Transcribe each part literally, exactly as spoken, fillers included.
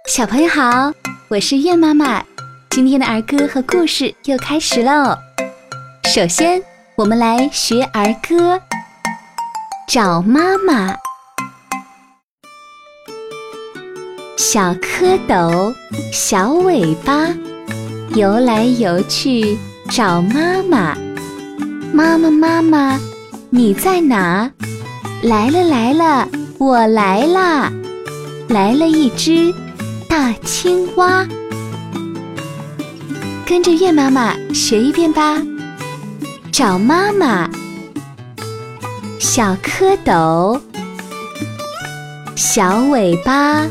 小朋友好，我是月妈妈，今天的儿歌和故事又开始喽。首先我们来学儿歌，找妈妈。小蝌蚪，小尾巴，游来游去找妈妈。妈妈妈妈，你在哪？来了来了，我来啦！来了一只大青蛙。跟着月妈妈学一遍吧。找妈妈。小蝌蚪，小尾巴，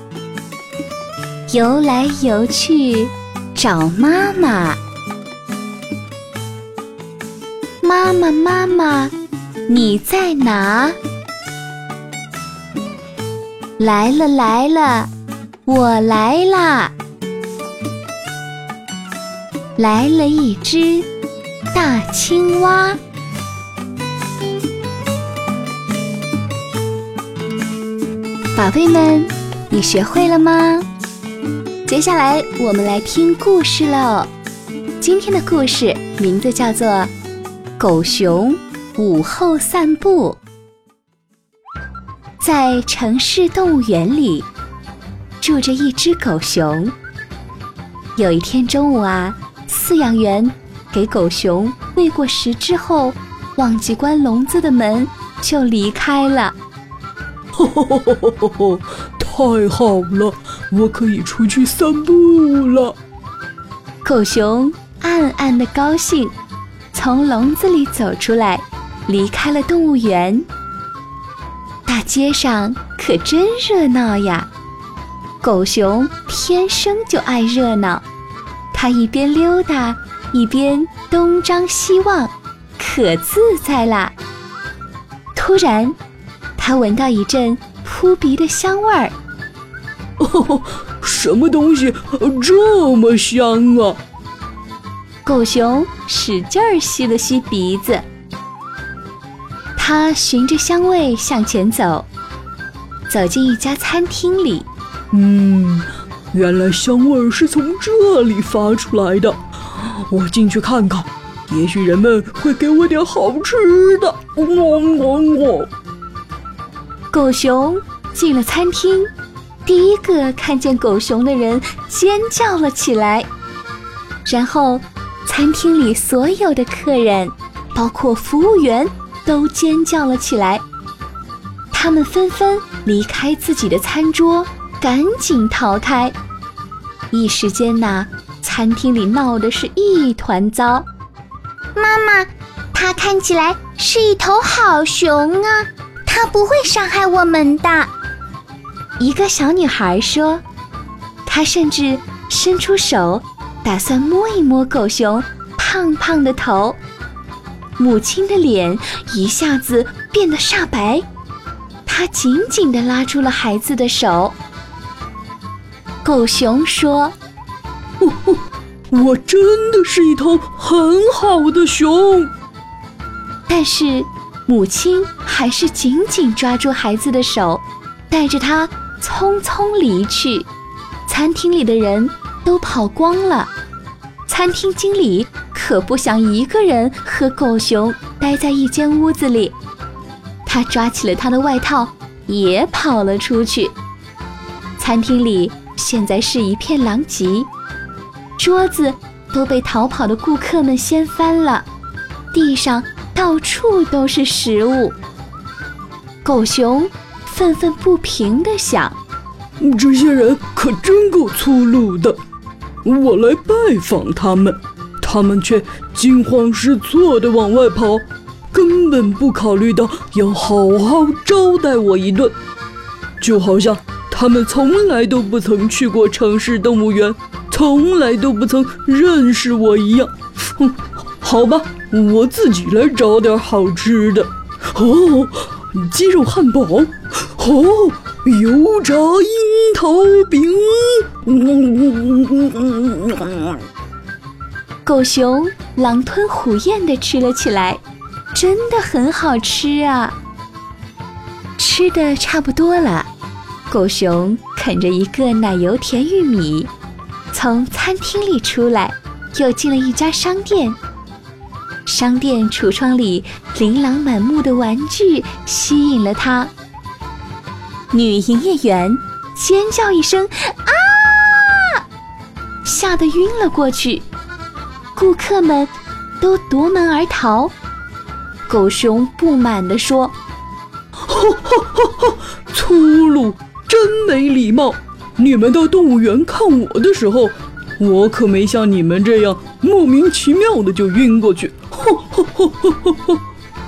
游来游去找妈妈。妈妈妈妈，你在哪？来了来了，我来啦！来了一只大青蛙。宝贝们，你学会了吗？接下来我们来听故事喽。今天的故事名字叫做《狗熊午后散步》。在城市动物园里，住着一只狗熊。有一天中午啊，饲养员给狗熊喂过食之后，忘记关笼子的门，就离开了。 吼吼吼吼吼吼！太好了，我可以出去散步了。 狗熊暗暗的高兴，从笼子里走出来，离开了动物园。大街上可真热闹呀！狗熊天生就爱热闹，它一边溜达，一边东张西望，可自在啦。突然，它闻到一阵扑鼻的香味儿。 哦，什么东西这么香啊？ 狗熊使劲儿吸了吸鼻子，它循着香味向前走，走进一家餐厅里。 嗯，原来香味是从这里发出来的。我进去看看，也许人们会给我点好吃的。汪汪汪！ 狗熊进了餐厅，第一个看见狗熊的人尖叫了起来。然后餐厅里所有的客人，包括服务员，都尖叫了起来。他们纷纷离开自己的餐桌，赶紧逃开。一时间呐，餐厅里闹的是一团糟。 妈妈，它看起来是一头好熊啊，它不会伤害我们的。 一个小女孩说，她甚至伸出手，打算摸一摸狗熊胖胖的头。母亲的脸一下子变得煞白，她紧紧地拉住了孩子的手。狗熊说， 哦哦，我真的是一头很好的熊。 但是母亲还是紧紧抓住孩子的手，带着他匆匆离去。餐厅里的人都跑光了，餐厅经理可不想一个人和狗熊待在一间屋子里，他抓起了他的外套，也跑了出去。餐厅里现在是一片狼藉，桌子都被逃跑的顾客们掀翻了，地上到处都是食物。狗熊愤愤不平地想， 这些人可真够粗鲁的，我来拜访他们，他们却惊慌失措地往外跑，根本不考虑到要好好招待我一顿，就好像他们从来都不曾去过城市动物园，从来都不曾认识我一样。哼，好吧，我自己来找点好吃的。哦，鸡肉汉堡，哦，油炸樱桃饼。 狗熊狼吞虎咽地吃了起来，真的很好吃啊！吃的差不多了， 狗熊啃着一个奶油甜玉米，从餐厅里出来，又进了一家商店。商店橱窗里琳琅满目的玩具吸引了他。女营业员尖叫一声，啊！吓得晕了过去。顾客们都夺门而逃。狗熊不满地说： 哈哈哈哈，粗鲁，真没礼貌！你们到动物园看我的时候，我可没像你们这样莫名其妙的就晕过去。哈哈哈哈哈！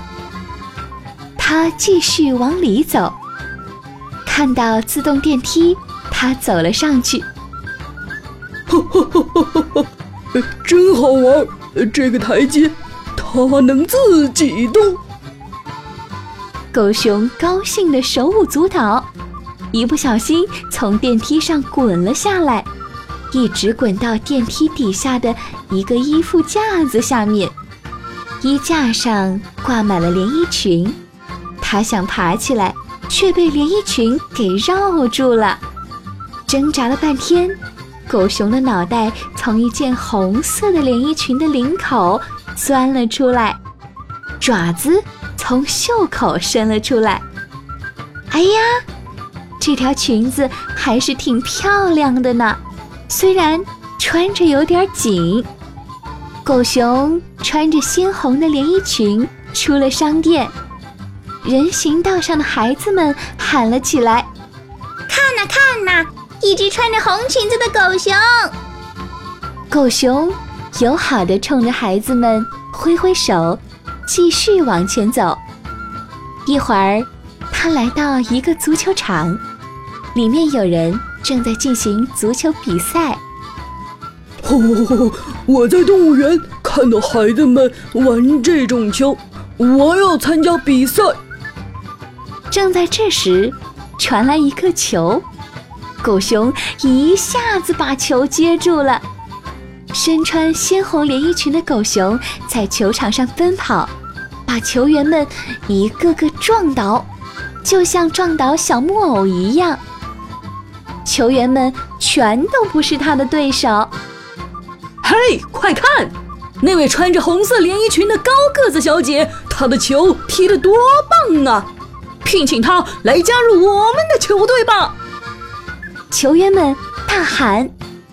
他继续往里走，看到自动电梯，他走了上去。 哈哈哈哈哈！真好玩，这个台阶它能自己动。 狗熊高兴地手舞足蹈，一不小心从电梯上滚了下来，一直滚到电梯底下的一个衣服架子下面。衣架上挂满了连衣裙，他想爬起来，却被连衣裙给绕住了。挣扎了半天，狗熊的脑袋从一件红色的连衣裙的领口钻了出来，爪子从袖口伸了出来。哎呀，这条裙子还是挺漂亮的呢，虽然穿着有点紧。狗熊穿着鲜红的连衣裙出了商店，人行道上的孩子们喊了起来： 看哪看哪，一只穿着红裙子的狗熊！ 狗熊友好地冲着孩子们挥挥手，继续往前走。一会儿，他来到一个足球场，里面有人正在进行足球比赛。 哦，我在动物园看到孩子们玩这种球，我要参加比赛。 正在这时，传来一个球，狗熊一下子把球接住了。身穿鲜红连衣裙的狗熊在球场上奔跑，把球员们一个个撞倒，就像撞倒小木偶一样。球员们全都不是他的对手。 嘿，快看，那位穿着红色连衣裙的高个子小姐，她的球踢得多棒啊！聘请她来加入我们的球队吧！ 球员们大喊。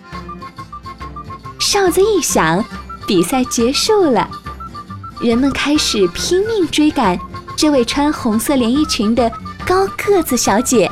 哨子一响，比赛结束了。人们开始拼命追赶这位穿红色连衣裙的高个子小姐。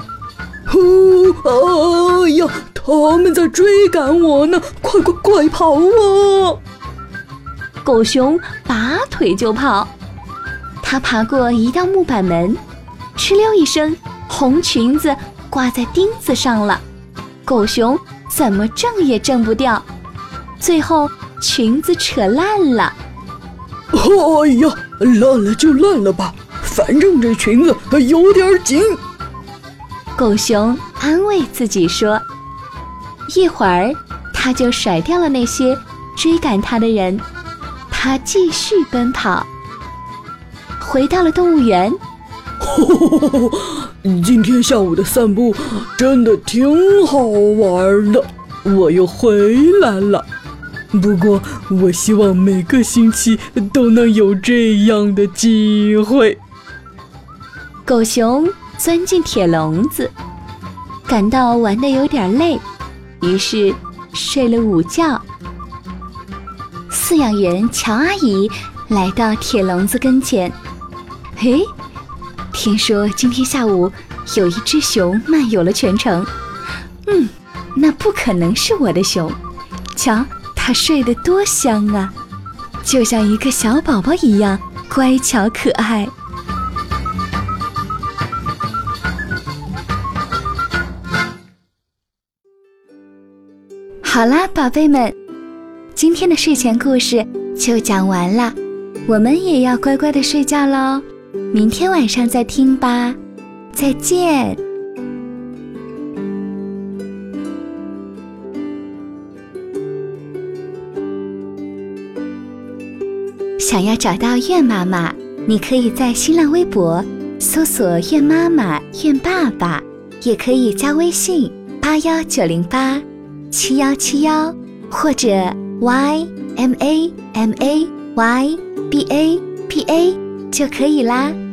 哦，哎呀，他们在追赶我呢！快快快跑啊！ 狗熊拔腿就跑，他爬过一道木板门，哧溜一声，红裙子挂在钉子上了。狗熊怎么挣也挣不掉，最后裙子扯烂了。 哎呀，烂了就烂了吧，反正这裙子有点紧。 狗熊安慰自己说。一会儿，他就甩掉了那些追赶他的人，他继续奔跑，回到了动物园。 哦，今天下午的散步真的挺好玩的，我又回来了。不过，我希望每个星期都能有这样的机会。 狗熊钻进铁笼子，感到玩得有点累，于是睡了午觉。饲养员乔阿姨来到铁笼子跟前。嘿，听说今天下午有一只熊漫游了全城。嗯，那不可能是我的熊。瞧，它睡得多香啊，就像一个小宝宝一样乖巧可爱。好啦，宝贝们，今天的睡前故事就讲完了，我们也要乖乖的睡觉咯，明天晚上再听吧，再见。想要找到苑妈妈，你可以在新浪微博搜索苑妈妈、苑爸爸， 也可以加微信八幺九零八七幺七幺，或者 Y M A M A Y B A B A 就可以啦。